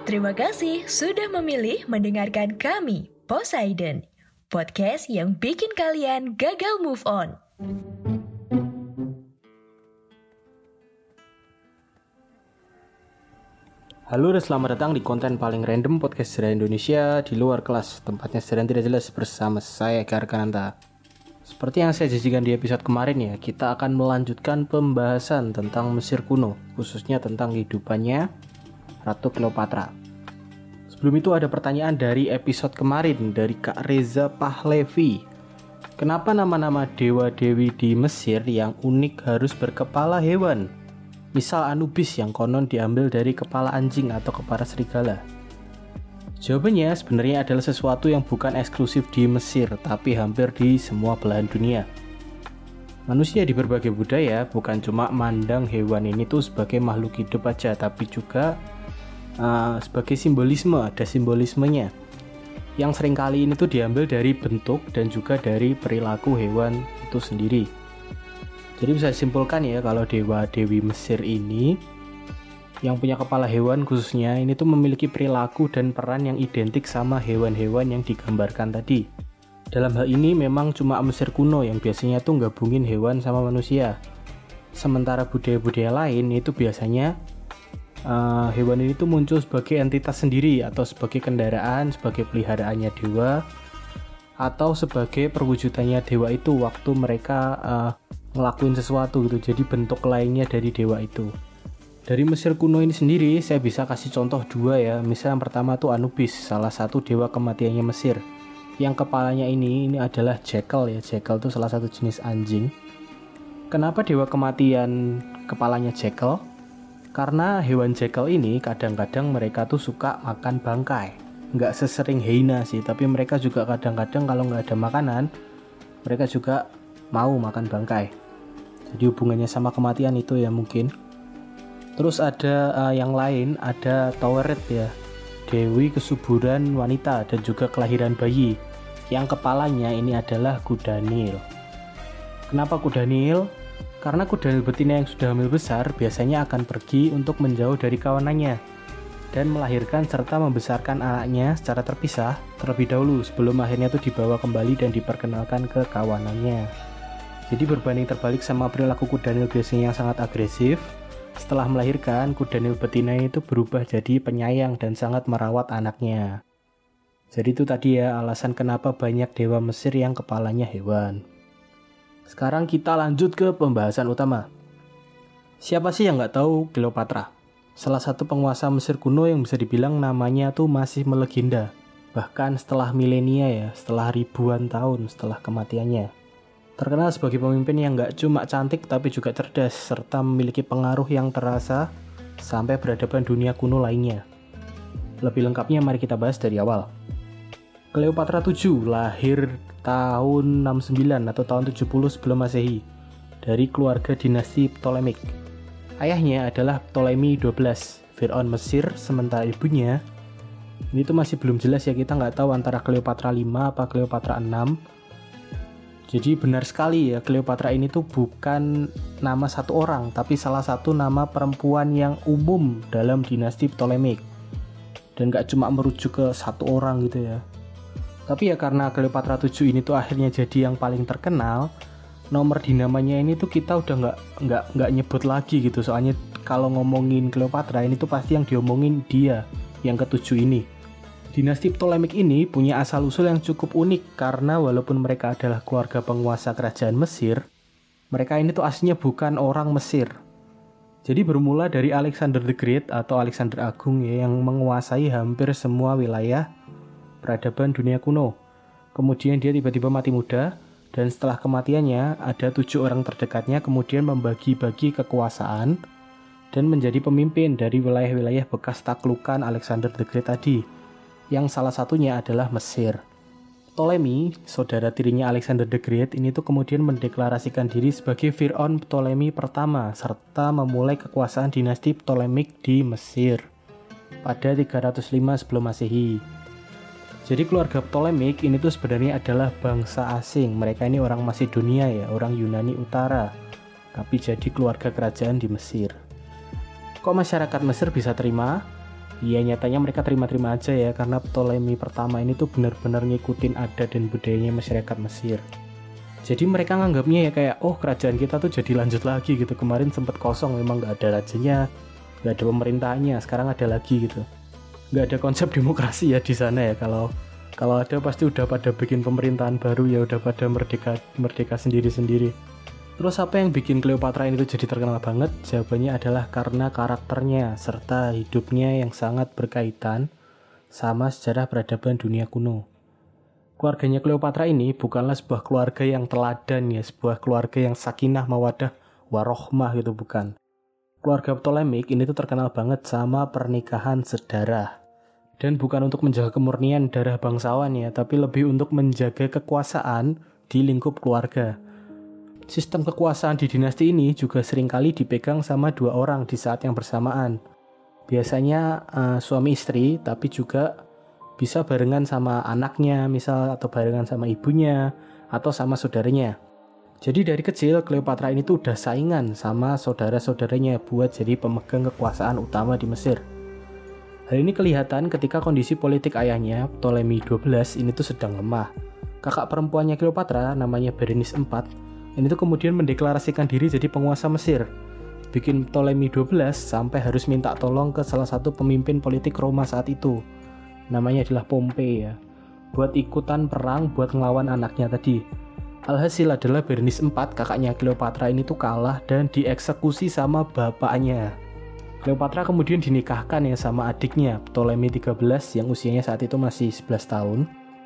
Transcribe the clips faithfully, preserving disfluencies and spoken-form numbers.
Terima kasih sudah memilih mendengarkan kami, Poseidon, podcast yang bikin kalian gagal move on. Halo dan selamat datang di konten paling random podcast sejarah Indonesia di luar kelas. Tempatnya sejarah tidak jelas bersama saya Eka Arkananta. Seperti yang saya janjikan di episode kemarin ya, kita akan melanjutkan pembahasan tentang Mesir kuno, khususnya tentang kehidupannya Ratu Cleopatra. Sebelum itu ada pertanyaan dari episode kemarin dari Kak Reza Pahlevi. Kenapa nama-nama dewa-dewi di Mesir yang unik harus berkepala hewan? Misal Anubis yang konon diambil dari kepala anjing atau kepala serigala. Jawabannya sebenarnya adalah sesuatu yang bukan eksklusif di Mesir, tapi hampir di semua belahan dunia. Manusia di berbagai budaya bukan cuma mandang hewan ini tuh sebagai makhluk hidup aja, tapi juga uh, sebagai simbolisme, ada simbolismenya. Yang seringkali ini tuh diambil dari bentuk dan juga dari perilaku hewan itu sendiri. Jadi bisa disimpulkan ya, kalau dewa-dewi Mesir ini yang punya kepala hewan khususnya ini tuh memiliki perilaku dan peran yang identik sama hewan-hewan yang digambarkan tadi. Dalam hal ini memang cuma Mesir kuno yang biasanya tuh gabungin hewan sama manusia. Sementara budaya-budaya lain itu biasanya uh, hewan ini tuh muncul sebagai entitas sendiri atau sebagai kendaraan, sebagai peliharaannya dewa, atau sebagai perwujudannya dewa itu waktu mereka uh, ngelakuin sesuatu gitu, jadi bentuk lainnya dari dewa itu. Dari Mesir kuno ini sendiri saya bisa kasih contoh dua ya. Misal yang pertama tuh Anubis, salah satu dewa kematiannya Mesir. Yang kepalanya ini ini adalah jackal ya. Jackal itu salah satu jenis anjing. Kenapa dewa kematian kepalanya jackal? Karena hewan jackal ini kadang-kadang mereka tuh suka makan bangkai. Nggak sesering hyena sih, tapi mereka juga kadang-kadang kalau nggak ada makanan, mereka juga mau makan bangkai. Jadi hubungannya sama kematian itu ya mungkin. Terus ada uh, yang lain, ada Taweret ya, dewi kesuburan wanita dan juga kelahiran bayi. Yang kepalanya ini adalah kuda Nil. Kenapa kuda Nil? Karena kuda Nil betina yang sudah hamil besar biasanya akan pergi untuk menjauh dari kawanannya dan melahirkan serta membesarkan anaknya secara terpisah terlebih dahulu sebelum akhirnya tuh dibawa kembali dan diperkenalkan ke kawanannya. Jadi berbanding terbalik sama perilaku kuda Nil biasanya yang sangat agresif, setelah melahirkan kuda Nil betina itu berubah jadi penyayang dan sangat merawat anaknya. Jadi itu tadi ya alasan kenapa banyak dewa Mesir yang kepalanya hewan. Sekarang kita lanjut ke pembahasan utama. Siapa sih yang nggak tahu Cleopatra? Salah satu penguasa Mesir kuno yang bisa dibilang namanya tuh masih melegenda. Bahkan setelah milenia ya, setelah ribuan tahun setelah kematiannya. Terkenal sebagai pemimpin yang gak cuma cantik tapi juga cerdas, serta memiliki pengaruh yang terasa sampai peradaban dunia kuno lainnya. Lebih lengkapnya mari kita bahas dari awal. Cleopatra tujuh lahir tahun enam puluh sembilan atau tahun tujuh puluh sebelum Masehi dari keluarga dinasti Ptolemik. Ayahnya adalah Ptolemy dua belas, Firaun Mesir, sementara ibunya ini tuh masih belum jelas ya, kita gak tahu antara Cleopatra lima apa Cleopatra enam. Jadi benar sekali ya, Cleopatra ini tuh bukan nama satu orang, tapi salah satu nama perempuan yang umum dalam dinasti Ptolemik. Dan gak cuma merujuk ke satu orang gitu ya. Tapi ya karena Cleopatra tujuh ini tuh akhirnya jadi yang paling terkenal, nomor di namanya ini tuh kita udah gak, gak, gak nyebut lagi gitu. Soalnya kalau ngomongin Cleopatra ini tuh pasti yang diomongin dia, yang ketujuh ini. Dinasti Ptolemik ini punya asal-usul yang cukup unik karena walaupun mereka adalah keluarga penguasa kerajaan Mesir, mereka ini tuh aslinya bukan orang Mesir. Jadi bermula dari Alexander the Great atau Alexander Agung ya, yang menguasai hampir semua wilayah peradaban dunia kuno. Kemudian dia tiba-tiba mati muda dan setelah kematiannya ada tujuh orang terdekatnya kemudian membagi-bagi kekuasaan dan menjadi pemimpin dari wilayah-wilayah bekas taklukan Alexander the Great tadi, yang salah satunya adalah Mesir. Ptolemy, saudara tirinya Alexander the Great, ini tuh kemudian mendeklarasikan diri sebagai Firaun Ptolemy pertama serta memulai kekuasaan dinasti Ptolemik di Mesir pada tiga ratus lima sebelum Masehi. Jadi keluarga Ptolemik ini tuh sebenarnya adalah bangsa asing. Mereka ini orang Macedonia ya, orang Yunani Utara, tapi jadi keluarga kerajaan di Mesir. Kok masyarakat Mesir bisa terima? Ya nyatanya mereka terima-terima aja ya, karena Ptolemy pertama ini tuh benar-benar ngikutin adat dan budayanya masyarakat Mesir. Jadi mereka nganggapnya ya kayak, oh kerajaan kita tuh jadi lanjut lagi gitu. Kemarin sempat kosong, memang nggak ada rajanya, nggak ada pemerintahnya, sekarang ada lagi gitu. Nggak ada konsep demokrasi ya di sana ya. Kalau kalau ada pasti udah pada bikin pemerintahan baru ya, udah pada merdeka merdeka sendiri-sendiri. Terus apa yang bikin Cleopatra ini tuh jadi terkenal banget? Jawabannya adalah karena karakternya serta hidupnya yang sangat berkaitan sama sejarah peradaban dunia kuno. Keluarganya Cleopatra ini bukanlah sebuah keluarga yang teladan ya, sebuah keluarga yang sakinah mawadah warohmah gitu, bukan. Keluarga Ptolemik ini tuh terkenal banget sama pernikahan sedarah. Dan bukan untuk menjaga kemurnian darah bangsawan ya, tapi lebih untuk menjaga kekuasaan di lingkup keluarga. Sistem kekuasaan di dinasti ini juga seringkali dipegang sama dua orang di saat yang bersamaan. Biasanya uh, suami istri, tapi juga bisa barengan sama anaknya misal, atau barengan sama ibunya, atau sama saudaranya. Jadi dari kecil Cleopatra ini tuh udah saingan sama saudara-saudaranya buat jadi pemegang kekuasaan utama di Mesir. Hal ini kelihatan ketika kondisi politik ayahnya, Ptolemy dua belas, ini tuh sedang lemah. Kakak perempuannya Cleopatra, namanya Berenice keempat, ini tuh kemudian mendeklarasikan diri jadi penguasa Mesir. Bikin Ptolemy dua belas sampai harus minta tolong ke salah satu pemimpin politik Roma saat itu. Namanya adalah Pompei ya. Buat ikutan perang buat ngelawan anaknya tadi. Alhasil adalah Berenice keempat, kakaknya Cleopatra ini tuh kalah dan dieksekusi sama bapaknya. Cleopatra kemudian dinikahkan ya sama adiknya, Ptolemy tiga belas, yang usianya saat itu masih sebelas tahun.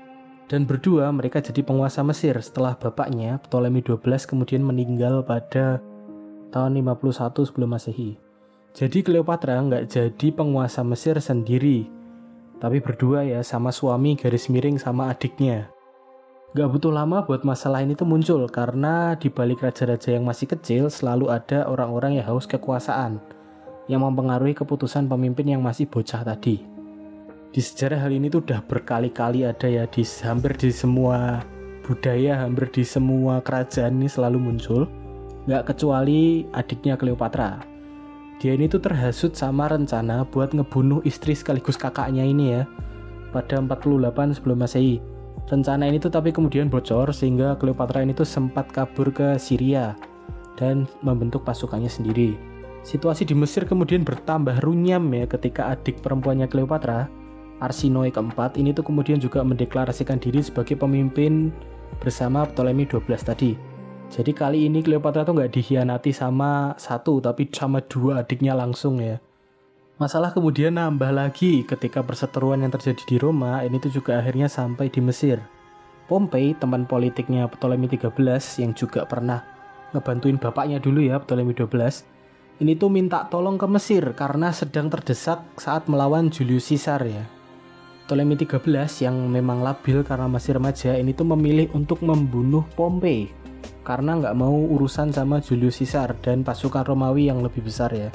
Dan berdua mereka jadi penguasa Mesir setelah bapaknya, Ptolemy dua belas, kemudian meninggal pada tahun lima puluh satu sebelum Masehi. Jadi Cleopatra nggak jadi penguasa Mesir sendiri, tapi berdua ya sama suami garis miring sama adiknya. Nggak butuh lama buat masalah ini tuh muncul, karena di balik raja-raja yang masih kecil selalu ada orang-orang yang haus kekuasaan, yang mempengaruhi keputusan pemimpin yang masih bocah tadi. Di sejarah hal ini tuh udah berkali-kali ada ya, di hampir di semua budaya, hampir di semua kerajaan ini selalu muncul. Nggak kecuali adiknya Cleopatra. Dia ini tuh terhasut sama rencana buat ngebunuh istri sekaligus kakaknya ini ya, pada empat puluh delapan sebelum Masehi. Rencana ini tuh tapi kemudian bocor sehingga Cleopatra ini tuh sempat kabur ke Syria dan membentuk pasukannya sendiri. Situasi di Mesir kemudian bertambah runyam ya ketika adik perempuannya Cleopatra, Arsinoe keempat, ini tuh kemudian juga mendeklarasikan diri sebagai pemimpin bersama Ptolemy dua belas tadi. Jadi kali ini Cleopatra tuh nggak dikhianati sama satu, tapi sama dua adiknya langsung ya. Masalah kemudian nambah lagi ketika perseteruan yang terjadi di Roma ini tuh juga akhirnya sampai di Mesir. Pompei, teman politiknya Ptolemy tiga belas yang juga pernah ngebantuin bapaknya dulu ya, Ptolemy dua belas, ini tuh minta tolong ke Mesir karena sedang terdesak saat melawan Julius Caesar ya. Ptolemy tiga belas yang memang labil karena masih remaja ini tuh memilih untuk membunuh Pompei karena nggak mau urusan sama Julius Caesar dan pasukan Romawi yang lebih besar ya.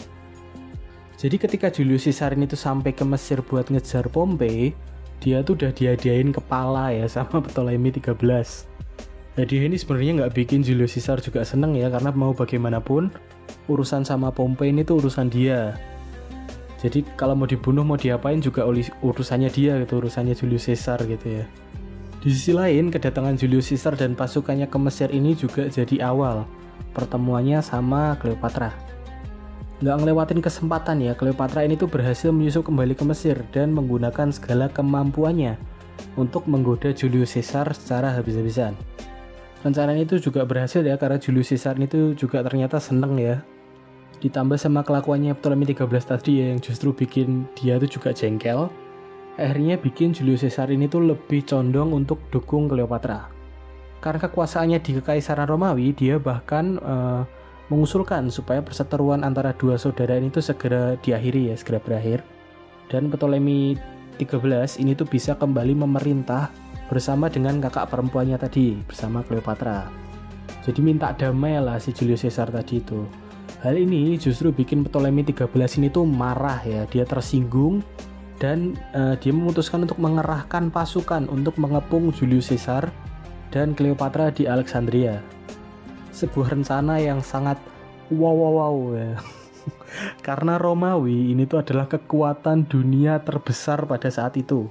Jadi ketika Julius Caesar ini tuh sampai ke Mesir buat ngejar Pompei, dia tuh udah dihadiahin kepala ya sama Ptolemy tiga belas. Hadiah ini sebenarnya nggak bikin Julius Caesar juga seneng ya, karena mau bagaimanapun urusan sama Pompei ini tuh urusan dia. Jadi kalau mau dibunuh mau diapain juga urusannya dia gitu, urusannya Julius Caesar gitu ya. Di sisi lain, kedatangan Julius Caesar dan pasukannya ke Mesir ini juga jadi awal pertemuannya sama Cleopatra. Nggak ngelewatin kesempatan ya, Cleopatra ini tuh berhasil menyusup kembali ke Mesir dan menggunakan segala kemampuannya untuk menggoda Julius Caesar secara habis-habisan. Rencana itu juga berhasil ya, karena Julius Caesar itu juga ternyata seneng ya. Ditambah sama kelakuannya Ptolemy tiga belas tadi ya, yang justru bikin dia tuh juga jengkel. Akhirnya bikin Julius Caesar ini tuh lebih condong untuk dukung Cleopatra. Karena kekuasaannya di Kekaisaran Romawi, dia bahkan uh, mengusulkan supaya perseteruan antara dua saudara ini tuh segera diakhiri ya, segera berakhir. Dan Ptolemy tiga belas ini tuh bisa kembali memerintah bersama dengan kakak perempuannya tadi, bersama Cleopatra. Jadi minta damai lah si Julius Caesar tadi itu. Hal ini justru bikin Ptolemy tiga belas ini tuh marah ya, dia tersinggung dan uh, dia memutuskan untuk mengerahkan pasukan untuk mengepung Julius Caesar dan Cleopatra di Alexandria. Sebuah rencana yang sangat wow wow wow ya. Karena Romawi ini tuh adalah kekuatan dunia terbesar pada saat itu.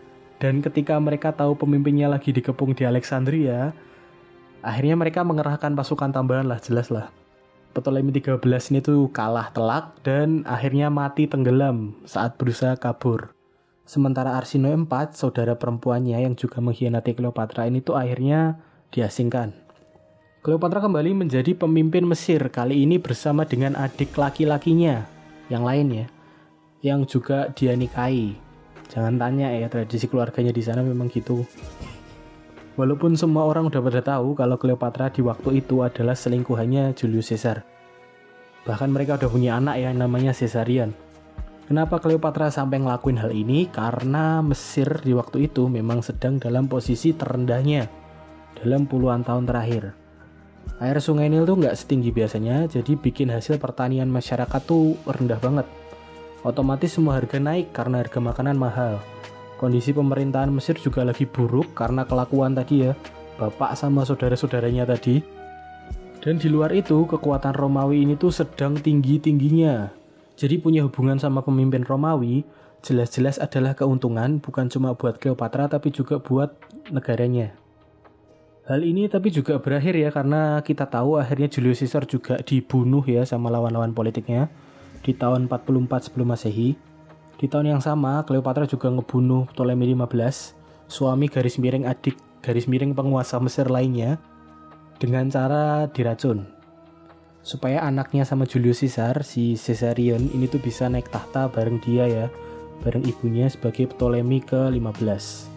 Dan ketika mereka tahu pemimpinnya lagi dikepung di Alexandria, akhirnya mereka mengerahkan pasukan tambahan lah, jelas lah. Ptolemy tiga belas ini tuh kalah telak dan akhirnya mati tenggelam saat berusaha kabur. Sementara Arsinoe keempat, saudara perempuannya yang juga mengkhianati Cleopatra ini tuh akhirnya diasingkan. Cleopatra kembali menjadi pemimpin Mesir, kali ini bersama dengan adik laki-lakinya yang lain ya, yang juga dia nikahi. Jangan tanya ya, tradisi keluarganya di sana memang gitu. Walaupun semua orang udah pada tahu kalau Cleopatra di waktu itu adalah selingkuhannya Julius Caesar. Bahkan mereka udah punya anak yang namanya Caesarion. Kenapa Cleopatra sampai ngelakuin hal ini? Karena Mesir di waktu itu memang sedang dalam posisi terendahnya dalam puluhan tahun terakhir. Air sungai Nil tuh nggak setinggi biasanya, jadi bikin hasil pertanian masyarakat tuh rendah banget. Otomatis semua harga naik karena harga makanan mahal. Kondisi pemerintahan Mesir juga lagi buruk karena kelakuan tadi ya, bapak sama saudara-saudaranya tadi. Dan di luar itu, kekuatan Romawi ini tuh sedang tinggi-tingginya. Jadi punya hubungan sama pemimpin Romawi, jelas-jelas adalah keuntungan bukan cuma buat Cleopatra tapi juga buat negaranya. Hal ini tapi juga berakhir ya karena kita tahu akhirnya Julius Caesar juga dibunuh ya sama lawan-lawan politiknya di tahun empat puluh empat sebelum Masehi. Di tahun yang sama, Cleopatra juga ngebunuh Ptolemy lima belas, suami garis miring adik garis miring penguasa Mesir lainnya, dengan cara diracun. Supaya anaknya sama Julius Caesar, si Caesarion ini tuh bisa naik tahta bareng dia ya, bareng ibunya sebagai Ptolemy ke lima belas.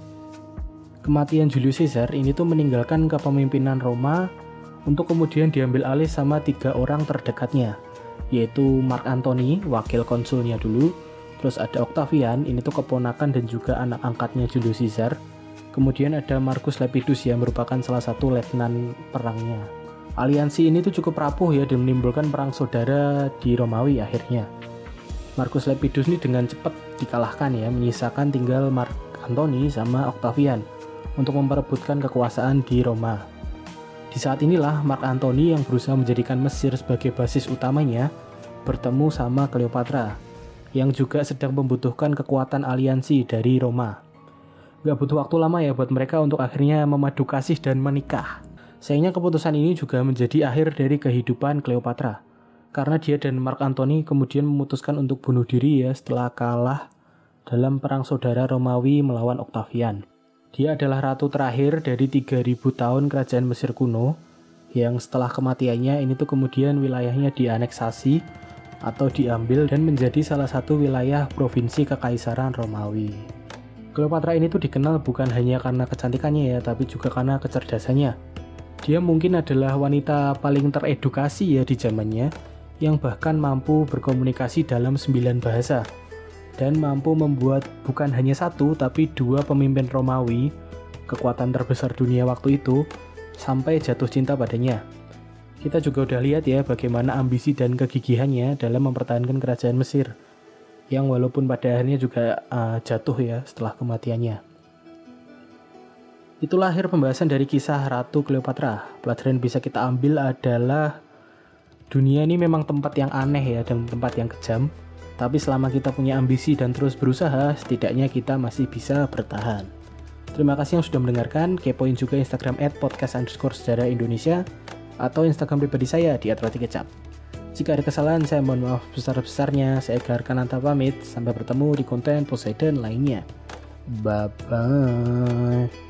Kematian Julius Caesar ini tuh meninggalkan kepemimpinan Roma untuk kemudian diambil alih sama tiga orang terdekatnya, yaitu Mark Antony, wakil konsulnya dulu, terus ada Octavian, ini tuh keponakan dan juga anak angkatnya Julius Caesar, kemudian ada Marcus Lepidus yang merupakan salah satu letnan perangnya. Aliansi ini tuh cukup rapuh ya dan menimbulkan perang saudara di Romawi akhirnya. Marcus Lepidus ini dengan cepat dikalahkan ya, menyisakan tinggal Mark Antony sama Octavian untuk memperebutkan kekuasaan di Roma. Di saat inilah Mark Antony yang berusaha menjadikan Mesir sebagai basis utamanya bertemu sama Cleopatra yang juga sedang membutuhkan kekuatan aliansi dari Roma. Gak butuh waktu lama ya buat mereka untuk akhirnya memadu kasih dan menikah. Sayangnya keputusan ini juga menjadi akhir dari kehidupan Cleopatra, karena dia dan Mark Antony kemudian memutuskan untuk bunuh diri ya setelah kalah dalam perang saudara Romawi melawan Octavian. Dia adalah ratu terakhir dari tiga ribu tahun kerajaan Mesir kuno, yang setelah kematiannya ini tuh kemudian wilayahnya dianeksasi atau diambil dan menjadi salah satu wilayah provinsi Kekaisaran Romawi. Cleopatra ini tuh dikenal bukan hanya karena kecantikannya ya, tapi juga karena kecerdasannya. Dia mungkin adalah wanita paling teredukasi ya di zamannya, yang bahkan mampu berkomunikasi dalam sembilan bahasa, dan mampu membuat bukan hanya satu, tapi dua pemimpin Romawi, kekuatan terbesar dunia waktu itu, sampai jatuh cinta padanya. Kita juga udah lihat ya bagaimana ambisi dan kegigihannya dalam mempertahankan kerajaan Mesir, yang walaupun pada akhirnya juga uh, jatuh ya setelah kematiannya. Itulah akhir pembahasan dari kisah Ratu Cleopatra. Pelajaran yang bisa kita ambil adalah dunia ini memang tempat yang aneh ya dan tempat yang kejam. Tapi selama kita punya ambisi dan terus berusaha, setidaknya kita masih bisa bertahan. Terima kasih yang sudah mendengarkan. Kepoin juga Instagram at podcast underscore sejarah Indonesia atau Instagram pribadi saya di at roti kecap. Jika ada kesalahan, saya mohon maaf besar-besarnya. Saya Eka Arkananta pamit. Sampai bertemu di konten Poseidon lainnya. Bye-bye.